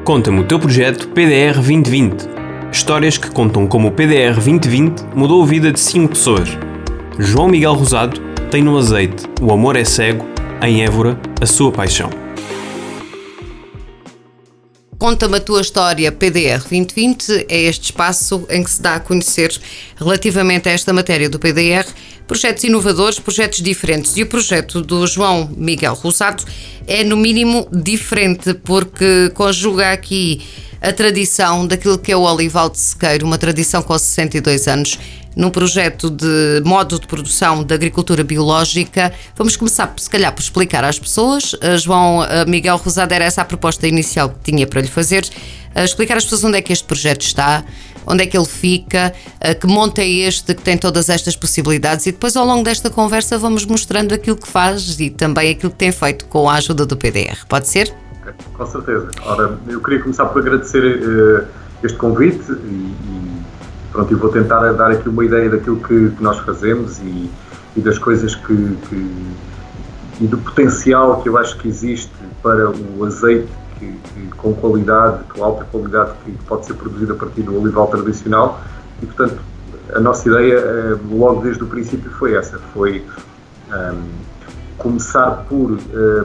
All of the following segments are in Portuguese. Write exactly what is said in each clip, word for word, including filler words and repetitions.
Conta-me o teu projeto P D R vinte vinte. Histórias que contam como o P D R vinte vinte mudou a vida de cinco pessoas. João Miguel Rosado tem no azeite O Amor é Cego, em Évora, a sua paixão. Conta-me a tua história P D R vinte vinte é este espaço em que se dá a conhecer, relativamente a esta matéria do P D R, projetos inovadores, projetos diferentes. E o projeto do João Miguel Rosado é, no mínimo, diferente, porque conjuga aqui a tradição daquilo que é o Olival de Sequeiro, uma tradição com sessenta e dois anos, num projeto de modo de produção de agricultura biológica. Vamos começar, se calhar, por explicar às pessoas. João Miguel Rosado, era essa a proposta inicial que tinha para lhe fazer, explicar às pessoas onde é que este projeto está, onde é que ele fica, que monte é este que tem todas estas possibilidades, e depois, ao longo desta conversa, vamos mostrando aquilo que faz e também aquilo que tem feito com a ajuda do P D R. Pode ser? Com certeza. Ora, eu queria começar por agradecer uh, este convite e, e pronto, eu vou tentar dar aqui uma ideia daquilo que, que nós fazemos e, e das coisas que, que e do potencial que eu acho que existe para o azeite que, que, com qualidade, com alta qualidade, que pode ser produzido a partir do olival tradicional. E, portanto, a nossa ideia, uh, logo desde o princípio, foi essa, foi um, começar por uh,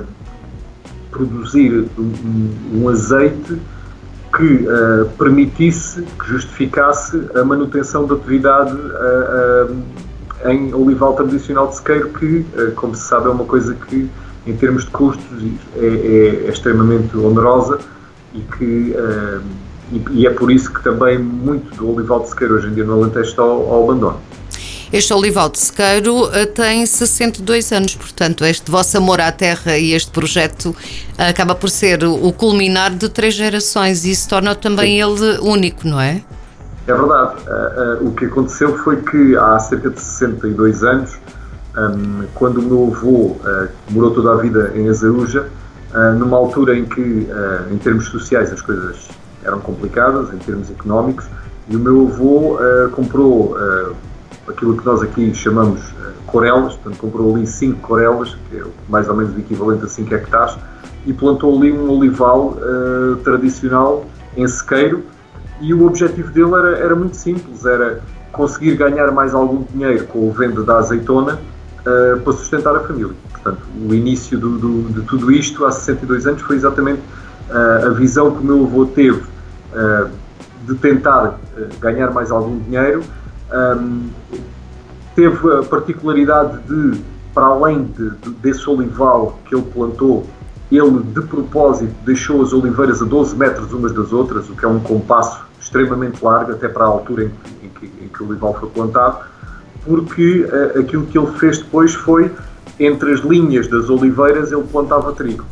produzir um, um azeite que uh, permitisse, que justificasse a manutenção da atividade uh, uh, em olival tradicional de sequeiro, que, uh, como se sabe, é uma coisa que, em termos de custos, é, é, é extremamente onerosa e, que, uh, e, e é por isso que também muito do olival de sequeiro hoje em dia no Alentejo está ao, ao abandono. Este olival de sequeiro tem sessenta e dois anos, portanto, este vosso amor à terra e este projeto acaba por ser o culminar de três gerações e isso torna também Sim. ele único, não é? É verdade. Uh, uh, o que aconteceu foi que há cerca de sessenta e dois anos, um, quando o meu avô uh, morou toda a vida em Azaúja, uh, numa altura em que, uh, em termos sociais, as coisas eram complicadas, em termos económicos, e o meu avô uh, comprou uh, aquilo que nós aqui chamamos uh, corelas, portanto comprou ali cinco corelas, que é mais ou menos o equivalente a cinco hectares, e plantou ali um olival uh, tradicional em sequeiro, e o objetivo dele era, era muito simples, era conseguir ganhar mais algum dinheiro com a venda da azeitona uh, para sustentar a família. Portanto, o início do, do, de tudo isto, há sessenta e dois anos, foi exatamente uh, a visão que o meu avô teve uh, de tentar uh, ganhar mais algum dinheiro. Um, teve a particularidade de, para além de, de, desse olival que ele plantou, ele de propósito deixou as oliveiras a doze metros umas das outras, o que é um compasso extremamente largo, até para a altura em que, em que, em que o olival foi plantado, porque uh, aquilo que ele fez depois foi, entre as linhas das oliveiras, ele plantava trigo.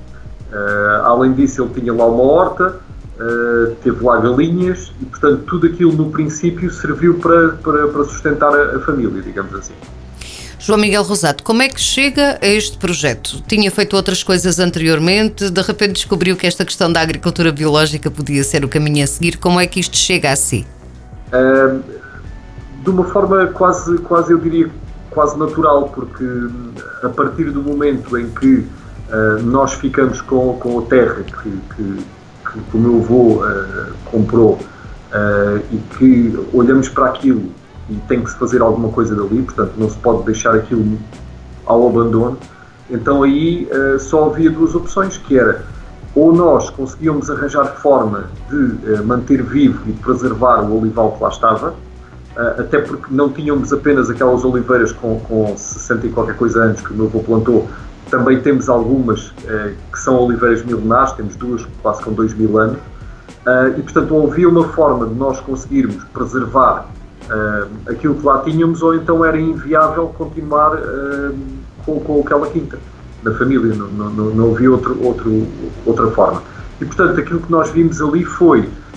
Uh, além disso, ele tinha lá uma horta, Uh, teve lá galinhas e, portanto, tudo aquilo no princípio serviu para, para, para sustentar a, a família, digamos assim. João Miguel Rosado, como é que chega a este projeto? Tinha feito outras coisas anteriormente, de repente descobriu que esta questão da agricultura biológica podia ser o caminho a seguir. Como é que isto chega a si? Uh, de uma forma quase, quase, eu diria, quase natural, porque a partir do momento em que uh, nós ficamos com, com a terra que, que que o meu avô uh, comprou uh, e que olhamos para aquilo e tem que se fazer alguma coisa dali, portanto não se pode deixar aquilo ao abandono, então aí uh, só havia duas opções, que era ou nós conseguíamos arranjar forma de uh, manter vivo e de preservar o olival que lá estava, uh, até porque não tínhamos apenas aquelas oliveiras com, com sessenta e qualquer coisa anos que o meu avô plantou. Também temos algumas eh, que são oliveiras milenares, temos duas quase com dois mil anos, uh, e portanto ou havia uma forma de nós conseguirmos preservar uh, aquilo que lá tínhamos, ou então era inviável continuar uh, com, com aquela quinta da família, não, não, não havia outro, outro, outra forma. E portanto aquilo que nós vimos ali foi,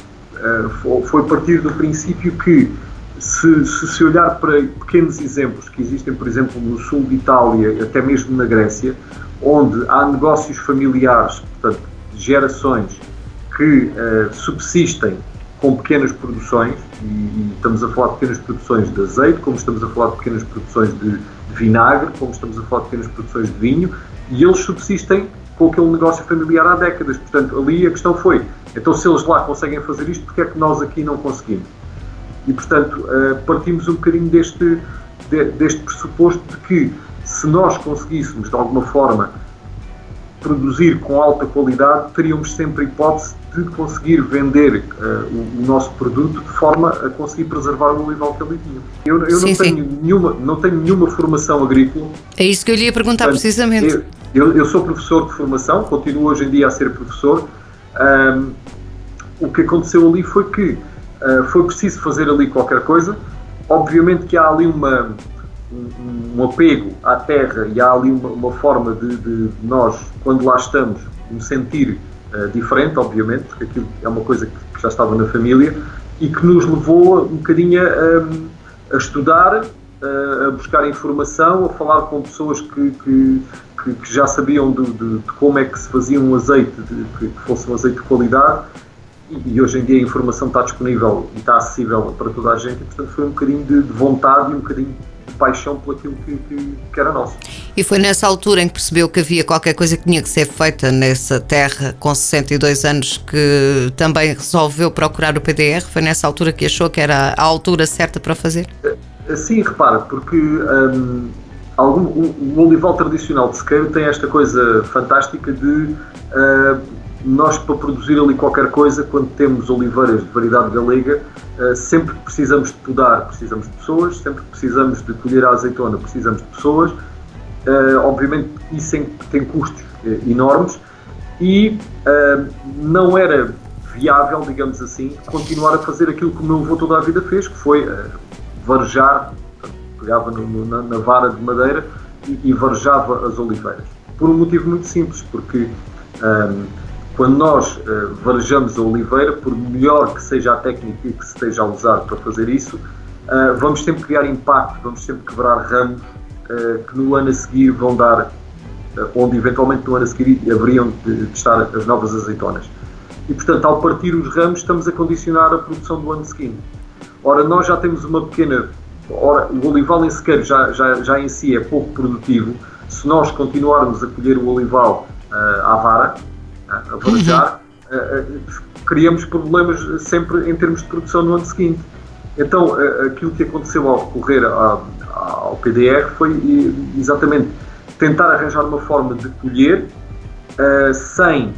uh, foi partir do princípio que Se, se se olhar para pequenos exemplos que existem, por exemplo, no sul de Itália, até mesmo na Grécia, onde há negócios familiares, portanto, de gerações que uh, subsistem com pequenas produções, e, e estamos a falar de pequenas produções de azeite, como estamos a falar de pequenas produções de, de vinagre, como estamos a falar de pequenas produções de vinho, e eles subsistem com aquele negócio familiar há décadas. Portanto, ali a questão foi, Então, se eles lá conseguem fazer isto, porque é que nós aqui não conseguimos? E, portanto, uh, partimos um bocadinho deste, de, deste pressuposto de que, se nós conseguíssemos, de alguma forma, produzir com alta qualidade, teríamos sempre a hipótese de conseguir vender uh, o, o nosso produto de forma a conseguir preservar o olival que ali tinha. Eu, eu sim, não, sim. tenho nenhuma, não tenho nenhuma formação agrícola. É isso que eu lhe ia perguntar. Portanto, precisamente. Eu, eu, eu sou professor de formação, continuo hoje em dia a ser professor. Um, o que aconteceu ali foi que uh, foi preciso fazer ali qualquer coisa. Obviamente que há ali uma, um, um apego à terra e há ali uma, uma forma de, de nós, quando lá estamos, um sentir uh, diferente, obviamente, porque aquilo é uma coisa que, que já estava na família e que nos levou um bocadinho a, a estudar, a, a buscar informação, a falar com pessoas que, que Que, que já sabiam de, de, de como é que se fazia um azeite, de, que, que fosse um azeite de qualidade, e, e hoje em dia a informação está disponível e está acessível para toda a gente, e portanto foi um bocadinho de, de vontade e um bocadinho de paixão por aquilo que, que, que era nosso. E foi nessa altura em que percebeu que havia qualquer coisa que tinha que ser feita nessa terra, com sessenta e dois anos, que também resolveu procurar o P D R? Foi nessa altura que achou que era a altura certa para fazer? Sim, repara, porque... Hum, Algum, o, o olival tradicional de sequeiro tem esta coisa fantástica de uh, nós, para produzir ali qualquer coisa, quando temos oliveiras de variedade galega, uh, sempre que precisamos de podar, precisamos de pessoas, sempre que precisamos de colher a azeitona, precisamos de pessoas. Uh, obviamente isso tem, tem custos uh, enormes e uh, não era viável, digamos assim, continuar a fazer aquilo que o meu avô toda a vida fez, que foi uh, varejar. Pegava no, no, na, na vara de madeira e, e varejava as oliveiras. Por um motivo muito simples, porque um, quando nós uh, varejamos a oliveira, por melhor que seja a técnica que se esteja a usar para fazer isso, uh, vamos sempre criar impacto, vamos sempre quebrar ramos uh, que no ano a seguir vão dar, uh, onde eventualmente no ano a seguir haveriam de, de estar as novas azeitonas. E portanto, ao partir os ramos, estamos a condicionar a produção do ano seguinte. Ora, nós já temos uma pequena... Ora, o olival em sequeiro já, já, já em si é pouco produtivo. Se nós continuarmos a colher o olival uh, à vara, uh, a varejar, uh, uh, criamos problemas sempre em termos de produção no ano seguinte. Então, uh, aquilo que aconteceu ao recorrer a, a, ao P D R foi exatamente tentar arranjar uma forma de colher uh, sem,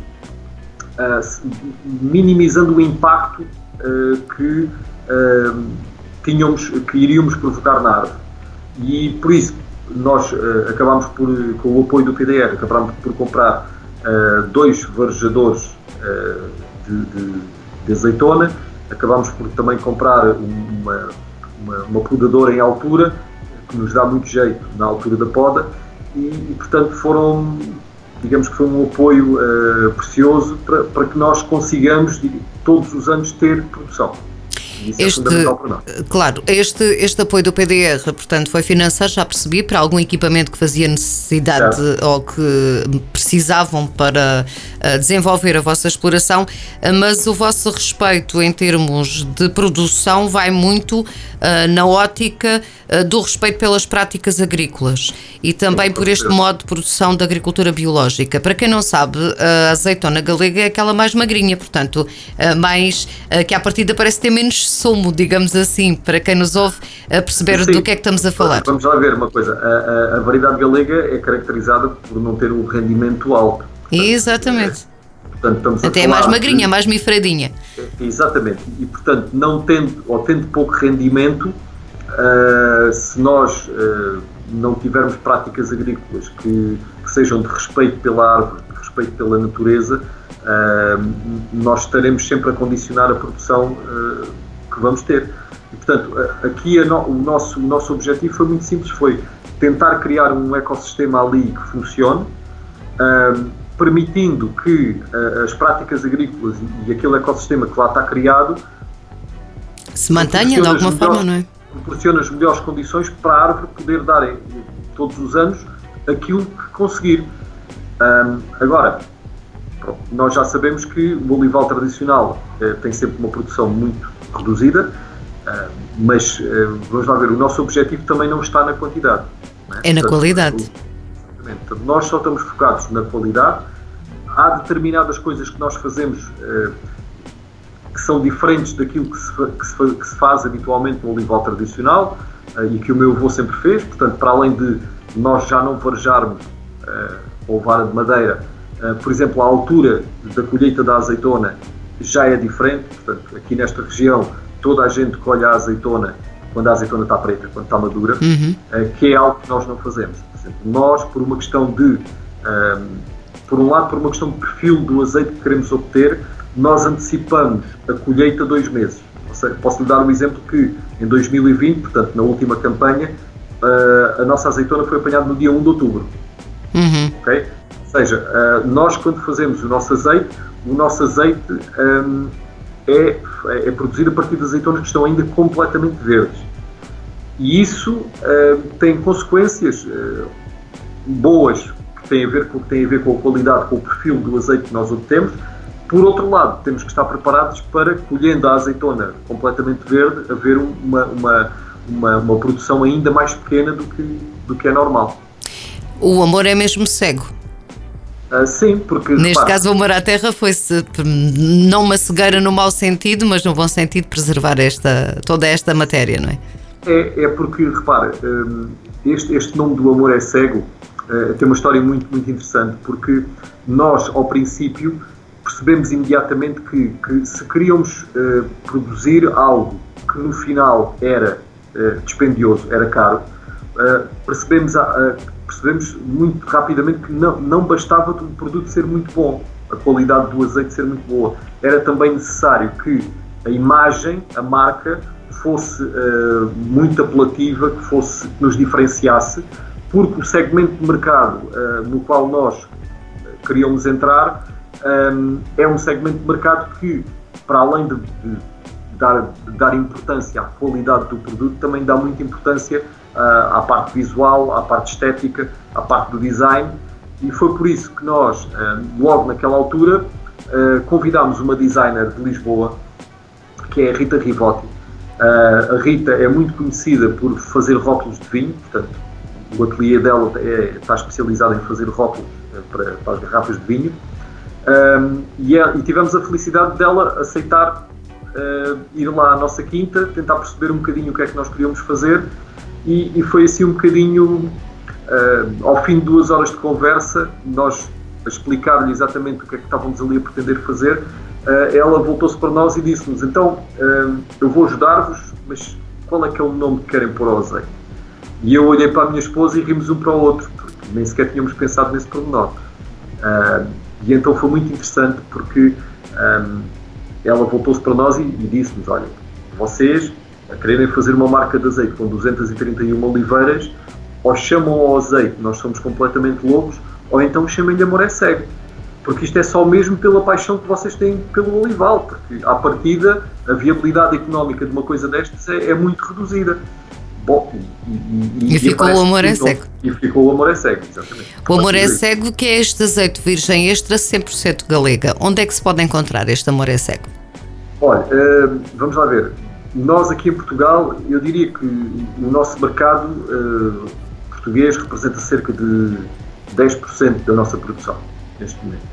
uh, minimizando o impacto uh, que... Uh, Tínhamos, que iríamos provocar na árvore. E por isso nós uh, acabámos por, com o apoio do P D R, acabámos por comprar uh, dois varejadores uh, de, de, de azeitona, acabámos por também comprar uma, uma, uma podadora em altura, que nos dá muito jeito na altura da poda, e, e portanto foram, digamos que foi um apoio uh, precioso para, para que nós consigamos todos os anos ter produção. Este, claro, este, este apoio do P D R, portanto, foi financeiro, já percebi, para algum equipamento que fazia necessidade certo. Ou que precisavam para uh, desenvolver a vossa exploração, uh, mas o vosso respeito em termos de produção vai muito uh, na ótica uh, do respeito pelas práticas agrícolas e também por este modo de produção da agricultura biológica. Para quem não sabe, a azeitona galega é aquela mais magrinha, portanto, uh, mais uh, que à partida parece ter menos sumo, digamos assim, para quem nos ouve a perceber Sim. do que é que estamos a falar. Vamos lá ver uma coisa, a, a, a variedade galega é caracterizada por não ter um rendimento alto. Portanto, exatamente. É, portanto, estamos Até a é mais magrinha, de, mais mifradinha. Exatamente, e portanto, não tendo, ou tendo pouco rendimento, uh, se nós uh, não tivermos práticas agrícolas que, que sejam de respeito pela árvore, de respeito pela natureza, uh, nós estaremos sempre a condicionar a produção uh, que vamos ter. E, portanto, aqui a no, o, nosso, o nosso objetivo foi muito simples, foi tentar criar um ecossistema ali que funcione, uh, permitindo que uh, as práticas agrícolas e, e aquele ecossistema que lá está criado se mantenha de alguma melhores, forma, não é? Proporciona as melhores condições para a árvore poder dar todos os anos aquilo que conseguir. Um, agora, pronto, nós já sabemos que o olival tradicional uh, tem sempre uma produção muito reduzida, uh, mas uh, vamos lá ver, o nosso objetivo também não está na quantidade. Não é? É na Portanto, qualidade. Exatamente. Portanto, nós só estamos focados na qualidade. Há determinadas coisas que nós fazemos uh, que são diferentes daquilo que se, que se, que se faz habitualmente no olival tradicional uh, e que o meu avô sempre fez. Portanto, para além de nós já não varejarmos uh, ou vara de madeira, uh, por exemplo, a altura da colheita da azeitona já é diferente. Portanto, aqui nesta região toda a gente colhe a azeitona quando a azeitona está preta, quando está madura, uhum. uh, que é algo que nós não fazemos. Por exemplo, nós, por uma questão de, um, por um lado, por uma questão de perfil do azeite que queremos obter, nós antecipamos a colheita dois meses. Ou seja, posso lhe dar um exemplo que em dois mil e vinte, portanto na última campanha, uh, a nossa azeitona foi apanhada no dia um de outubro. Uhum. Okay? Ou seja, uh, nós quando fazemos o nosso azeite, o nosso azeite um, é, é produzido a partir de azeitonas que estão ainda completamente verdes. E isso uh, tem consequências uh, boas, que têm a ver com, que têm a ver com a qualidade, com o perfil do azeite que nós obtemos. Por outro lado, temos que estar preparados para, colhendo a azeitona completamente verde, haver uma, uma, uma, uma produção ainda mais pequena do que, do que é normal. O amor é mesmo cego. Uh, sim, porque... Neste repare, caso, o amor à terra foi-se, não uma cegueira no mau sentido, mas no bom sentido, preservar esta, toda esta matéria, não é? É, é porque, repara, um, este, este nome do amor é cego uh, tem uma história muito, muito interessante, porque nós, ao princípio, percebemos imediatamente que, que se queríamos uh, produzir algo que no final era uh, dispendioso, era caro, uh, percebemos, uh, percebemos muito rapidamente que não, não bastava o produto ser muito bom, a qualidade do azeite ser muito boa. Era também necessário que a imagem, a marca, fosse uh, muito apelativa, que, fosse, que nos diferenciasse, porque o segmento de mercado uh, no qual nós queríamos entrar Um, é um segmento de mercado que, para além de, de, dar, de dar importância à qualidade do produto, também dá muita importância uh, à parte visual, à parte estética, à parte do design, e foi por isso que nós, uh, logo naquela altura, uh, convidámos uma designer de Lisboa, que é a Rita Rivotti. Uh, a Rita é muito conhecida por fazer rótulos de vinho, portanto, o ateliê dela é, está especializado em fazer rótulos uh, para, para as garrafas de vinho. Um, e, é, e tivemos a felicidade dela aceitar uh, ir lá à nossa quinta, tentar perceber um bocadinho o que é que nós queríamos fazer, e, e foi assim um bocadinho, uh, ao fim de duas horas de conversa, nós a explicar-lhe exatamente o que é que estávamos ali a pretender fazer, uh, ela voltou-se para nós e disse-nos: então, uh, eu vou ajudar-vos, mas qual é que é o nome que querem pôr ao azeite? E eu olhei para a minha esposa e rimos um para o outro, porque nem sequer tínhamos pensado nesse pormenor. Uh, E então foi muito interessante, porque um, ela voltou-se para nós e, e disse-nos: olha, vocês a quererem fazer uma marca de azeite com duzentas e trinta e uma oliveiras, ou chamam ao azeite nós somos completamente loucos, ou então chamem-lhe amor é cego, porque isto é só mesmo pela paixão que vocês têm pelo olival, porque à partida a viabilidade económica de uma coisa destas é, é muito reduzida. Bom, e, e, e, e ficou o amor é cego. E ficou o amor é cego, exatamente. O amor é cego, que é este azeite virgem extra cem por cento galega. Onde é que se pode encontrar este amor é cego? Olha, uh, vamos lá ver. Nós aqui em Portugal, eu diria que o nosso mercado uh, português representa cerca de dez por cento da nossa produção, neste momento.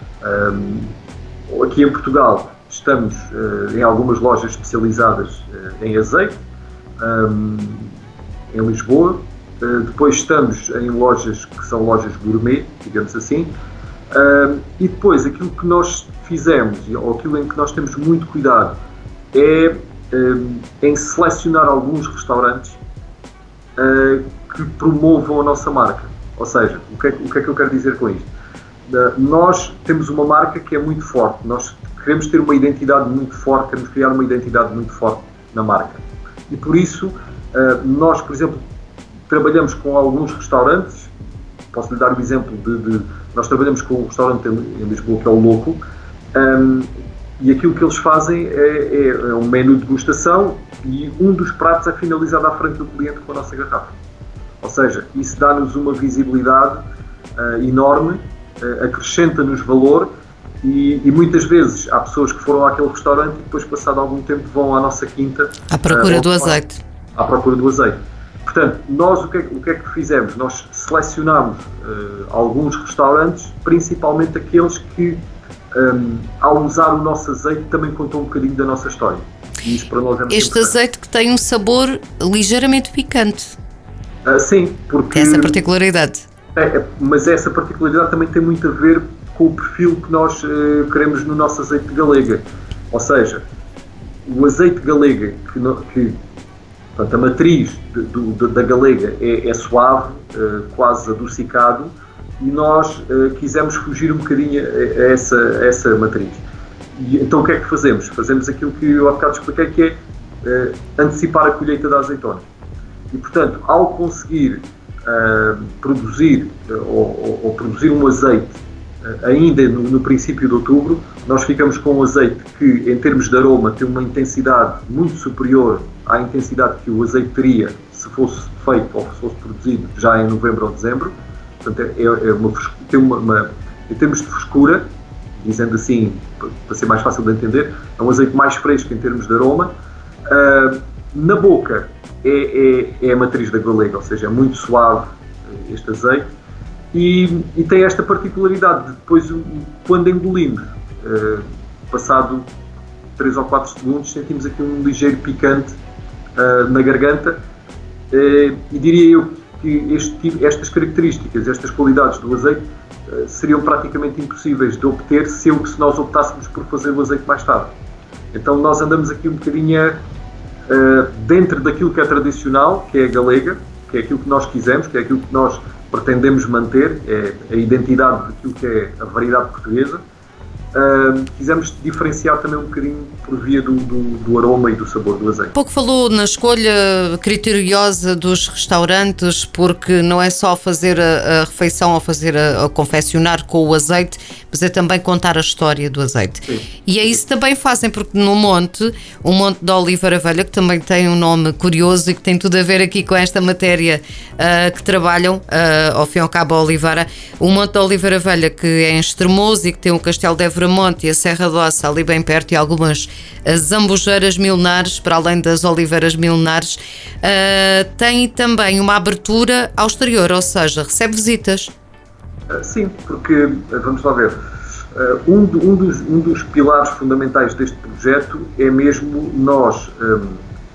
Um, aqui em Portugal estamos uh, em algumas lojas especializadas uh, em azeite, um, em Lisboa. Uh, depois estamos em lojas que são lojas gourmet, digamos assim. Uh, e depois aquilo que nós fizemos, ou aquilo em que nós temos muito cuidado, é uh, em selecionar alguns restaurantes uh, que promovam a nossa marca. Ou seja, o que é, o que é que eu quero dizer com isto? Uh, nós temos uma marca que é muito forte, nós queremos ter uma identidade muito forte, queremos criar uma identidade muito forte na marca. E por isso, uh, nós, por exemplo, trabalhamos com alguns restaurantes. Posso lhe dar o exemplo de, de nós trabalhamos com um restaurante em Lisboa que é o Louco, um, e aquilo que eles fazem é, é, é um menu de degustação, e um dos pratos é finalizado à frente do cliente com a nossa garrafa. Ou seja, isso dá-nos uma visibilidade uh, enorme, uh, acrescenta-nos valor, e, e muitas vezes há pessoas que foram àquele restaurante e depois, passado algum tempo, vão à nossa quinta à procura uh, do ao, azeite. À procura do azeite. Portanto, nós o que, é, o que é que fizemos? Nós selecionámos uh, alguns restaurantes, principalmente aqueles que um, ao usar o nosso azeite, também contou um bocadinho da nossa história. E isso para nós é muito Este importante. azeite que tem um sabor ligeiramente picante. Uh, sim, porque... Essa particularidade. É, é, mas essa particularidade também tem muito a ver com o perfil que nós uh, queremos no nosso azeite de galega. Ou seja, o azeite galega, que, no, que portanto, a matriz de, de, da galega é, é suave, uh, quase adocicado, e nós uh, quisemos fugir um bocadinho a, a, essa, a essa matriz. E, então o que é que fazemos? Fazemos aquilo que eu há bocado expliquei, que é uh, antecipar a colheita da azeitona. E portanto, ao conseguir uh, produzir uh, ou, ou produzir um azeite uh, ainda no, no princípio de outubro, nós ficamos com um azeite que, em termos de aroma, tem uma intensidade muito superior à intensidade que o azeite teria se fosse feito ou se fosse produzido já em novembro ou dezembro. Portanto, é, é uma, tem uma, uma, em termos de frescura, dizendo assim, para ser mais fácil de entender, é um azeite mais fresco em termos de aroma. Uh, na boca é, é, é a matriz da galega, ou seja, é muito suave este azeite, e, e tem esta particularidade de depois, quando engolimos, uh, passado três ou quatro segundos, sentimos aqui um ligeiro picante uh, na garganta, uh, e diria eu que este, estas características, estas qualidades do azeite uh, seriam praticamente impossíveis de obter se, eu, se nós optássemos por fazer o azeite mais tarde. Então nós andamos aqui um bocadinho uh, dentro daquilo que é tradicional, que é a galega, que é aquilo que nós quisemos, que é aquilo que nós pretendemos manter, é a identidade daquilo que é a variedade portuguesa. Uh, quisemos diferenciar também um bocadinho por via do, do, do aroma e do sabor do azeite. Pouco falou na escolha criteriosa dos restaurantes, porque não é só fazer a, a refeição ou fazer a, a confeccionar com o azeite, mas é também contar a história do azeite. Sim. E é isso que também fazem, porque no Monte, o Monte da Oliveira Velha, que também tem um nome curioso e que tem tudo a ver aqui com esta matéria uh, que trabalham, uh, ao fim e ao cabo a Oliveira, o Monte da Oliveira Velha, que é em Estremoso e que tem o Castelo de Évora Monte e a Serra d'Ossa ali bem perto, e algumas zambujeiras milenares, para além das oliveiras milenares, uh, tem também uma abertura ao exterior, ou seja, recebe visitas. Uh, sim, porque, vamos lá ver, uh, um, um, dos, um dos pilares fundamentais deste projeto é mesmo nós um,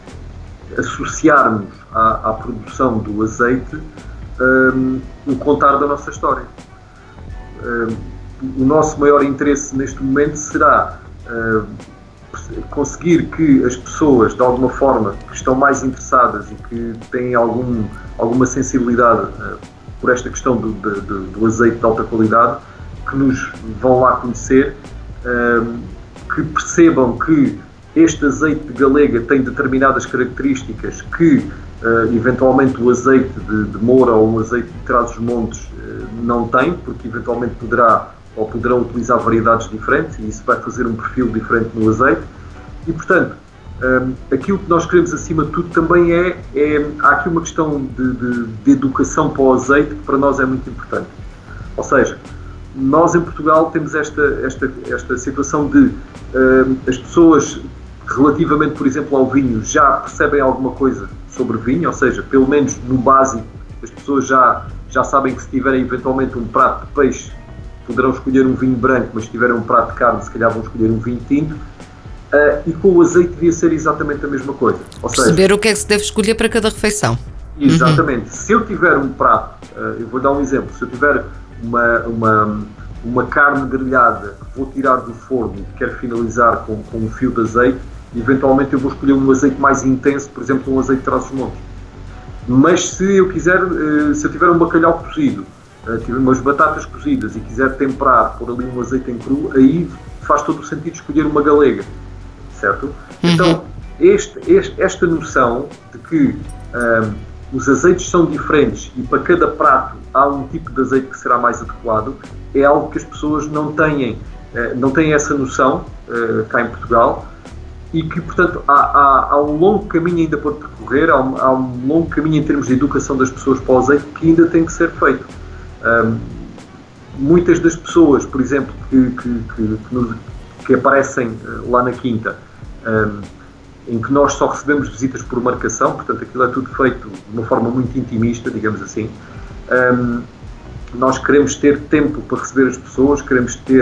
associarmos à, à produção do azeite um, o contar da nossa história. Um, O nosso maior interesse neste momento será uh, conseguir que as pessoas, de alguma forma, que estão mais interessadas e que têm algum, alguma sensibilidade uh, por esta questão do, de, de, do azeite de alta qualidade, que nos vão lá conhecer, uh, que percebam que este azeite de galega tem determinadas características que uh, eventualmente o azeite de, de Moura ou o azeite de Trás-os-Montes uh, não tem, porque eventualmente poderá ou poderão utilizar variedades diferentes, e isso vai fazer um perfil diferente no azeite. E, portanto, um, aquilo que nós queremos acima de tudo também é, é há aqui uma questão de, de, de educação para o azeite que para nós é muito importante. Ou seja, nós em Portugal temos esta, esta, esta situação de um, as pessoas, relativamente, por exemplo, ao vinho, já percebem alguma coisa sobre vinho, ou seja, pelo menos no básico, as pessoas já, já sabem que se tiverem eventualmente um prato de peixe, poderão escolher um vinho branco, mas se tiverem um prato de carne, se calhar vão escolher um vinho tinto. Uh, e com o azeite devia ser exatamente a mesma coisa. Ou Perceber seja, o que é que se deve escolher para cada refeição. Exatamente. Uhum. Se eu tiver um prato, uh, eu vou dar um exemplo, se eu tiver uma, uma, uma carne grelhada que vou tirar do forno e quero finalizar com, com um fio de azeite, eventualmente eu vou escolher um azeite mais intenso, por exemplo, um azeite de Trás-os-Montes. Mas se eu quiser, uh, se eu tiver um bacalhau cozido, Uh, tiver umas batatas cozidas e quiser temperar, pôr ali um azeite em cru, aí faz todo o sentido escolher uma galega, certo? Uhum. Então, este, este, esta noção de que um, os azeites são diferentes e para cada prato há um tipo de azeite que será mais adequado, é algo que as pessoas não têm, uh, não têm essa noção uh, cá em Portugal, e que, portanto, há, há, há um longo caminho ainda por percorrer, há um, há um longo caminho em termos de educação das pessoas para o azeite que ainda tem que ser feito. Um, muitas das pessoas, por exemplo, que, que, que, que, nos, que aparecem uh, lá na Quinta, um, em que nós só recebemos visitas por marcação, portanto aquilo é tudo feito de uma forma muito intimista, digamos assim. Um, nós queremos ter tempo para receber as pessoas, queremos ter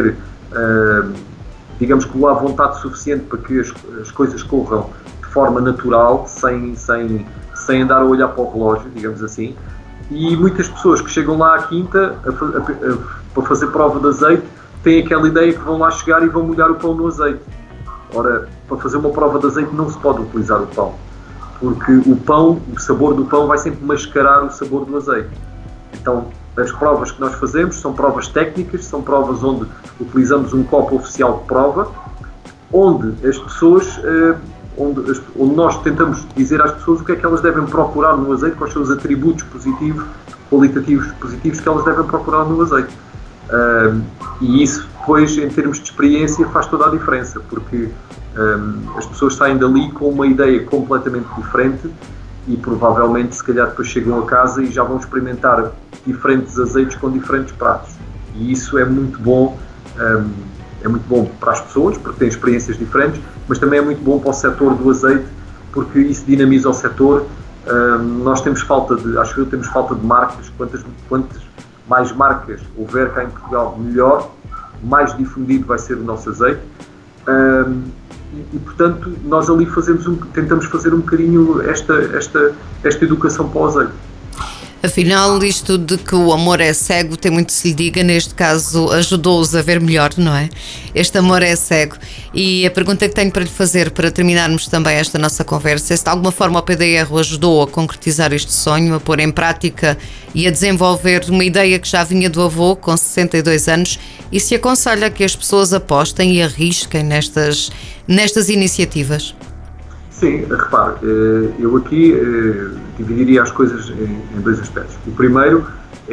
uh, digamos que há vontade suficiente para que as, as coisas corram de forma natural, sem, sem, sem andar a olhar para o relógio, digamos assim. E muitas pessoas que chegam lá à quinta a, a, a, para fazer prova de azeite têm aquela ideia que vão lá chegar e vão molhar o pão no azeite. Ora, para fazer uma prova de azeite não se pode utilizar o pão, porque o pão, o sabor do pão vai sempre mascarar o sabor do azeite. Então, as provas que nós fazemos são provas técnicas, são provas onde utilizamos um copo oficial de prova, onde as pessoas, onde, as, onde nós tentamos dizer às pessoas o que é que elas devem procurar no azeite, quais são os atributos positivos, qualitativos positivos que elas devem procurar no azeite. Um, e isso depois, em termos de experiência, faz toda a diferença, porque um, as pessoas saem dali com uma ideia completamente diferente e provavelmente, se calhar, depois chegam a casa e já vão experimentar diferentes azeites com diferentes pratos. E isso é muito bom, um, é muito bom para as pessoas, porque têm experiências diferentes, mas também é muito bom para o setor do azeite, porque isso dinamiza o setor. Um, nós temos falta de, acho que temos falta de marcas, quantas, quantas mais marcas houver cá em Portugal, melhor, mais difundido vai ser o nosso azeite. Um, e, e, portanto, nós ali fazemos um, tentamos fazer um bocadinho esta, esta, esta educação para o azeite. Afinal, isto de que o amor é cego tem muito que se lhe diga, neste caso ajudou-os a ver melhor, não é? Este amor é cego. E a pergunta que tenho para lhe fazer, para terminarmos também esta nossa conversa, é se de alguma forma o P D R o ajudou a concretizar este sonho, a pôr em prática e a desenvolver uma ideia que já vinha do avô, com sessenta e dois anos, e se aconselha que as pessoas apostem e arrisquem nestas, nestas iniciativas. Sim, repare, eu aqui dividiria as coisas em dois aspectos. O primeiro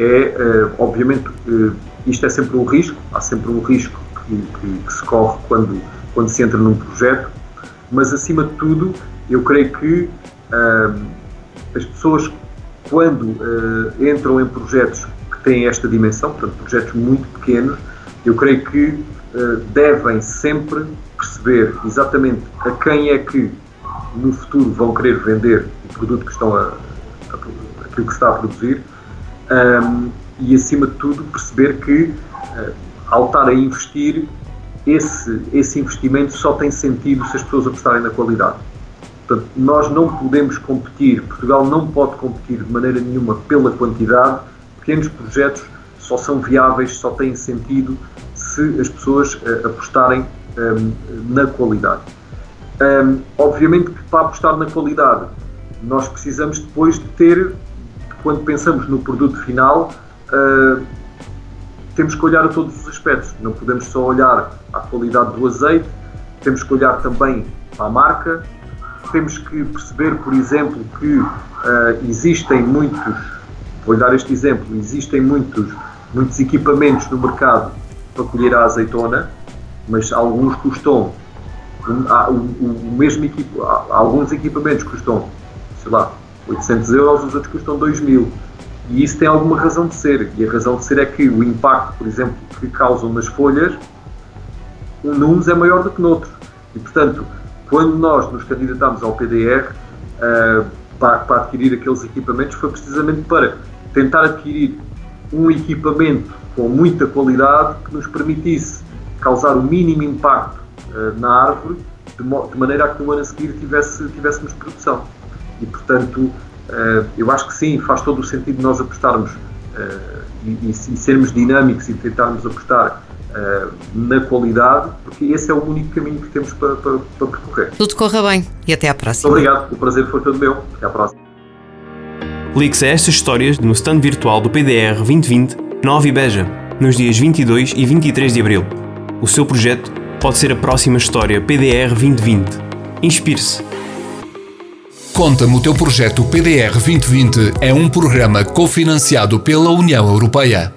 é, obviamente, isto é sempre um risco, há sempre um risco que, que, que se corre quando, quando se entra num projeto, mas acima de tudo, eu creio que as pessoas, quando entram em projetos que têm esta dimensão, portanto, projetos muito pequenos, eu creio que devem sempre perceber exatamente a quem é que no futuro vão querer vender o produto que estão a, a aquilo que se está a produzir, um, e acima de tudo perceber que uh, ao estar a investir, esse, esse investimento só tem sentido se as pessoas apostarem na qualidade. Portanto, nós não podemos competir, Portugal não pode competir de maneira nenhuma pela quantidade. Pequenos projetos só são viáveis, só têm sentido se as pessoas uh, apostarem um, na qualidade. Um, obviamente que para apostar na qualidade nós precisamos depois de ter, quando pensamos no produto final, uh, temos que olhar a todos os aspectos, não podemos só olhar à qualidade do azeite, temos que olhar também para a marca, temos que perceber, por exemplo, que uh, existem muitos, vou dar este exemplo, existem muitos, muitos equipamentos no mercado para colher a azeitona, mas alguns custam Há, o, o mesmo equipo, há, alguns equipamentos custam, sei lá, oitocentos euros, os outros custam dois mil. E isso tem alguma razão de ser. E a razão de ser é que o impacto, por exemplo, que causam nas folhas, nuns é maior do que noutros. E, portanto, quando nós nos candidatámos ao P D R uh, para, para adquirir aqueles equipamentos, foi precisamente para tentar adquirir um equipamento com muita qualidade que nos permitisse causar o mínimo impacto na árvore, de, mo- de maneira a que no ano a seguir tivesse, tivéssemos produção. E, portanto, uh, eu acho que sim, faz todo o sentido nós apostarmos uh, e, e, e sermos dinâmicos e tentarmos apostar uh, na qualidade, porque esse é o único caminho que temos para, para, para percorrer. Tudo corra bem e até à próxima. Muito obrigado, o prazer foi todo meu. Até à próxima. Ligue-se a estas histórias no stand virtual do P D R vinte vinte Nova Beja, nos dias vinte e dois e vinte e três de abril. O seu projeto pode ser a próxima história P D R vinte vinte. Inspire-se. Conta-me o teu projeto P D R vinte vinte é um programa cofinanciado pela União Europeia.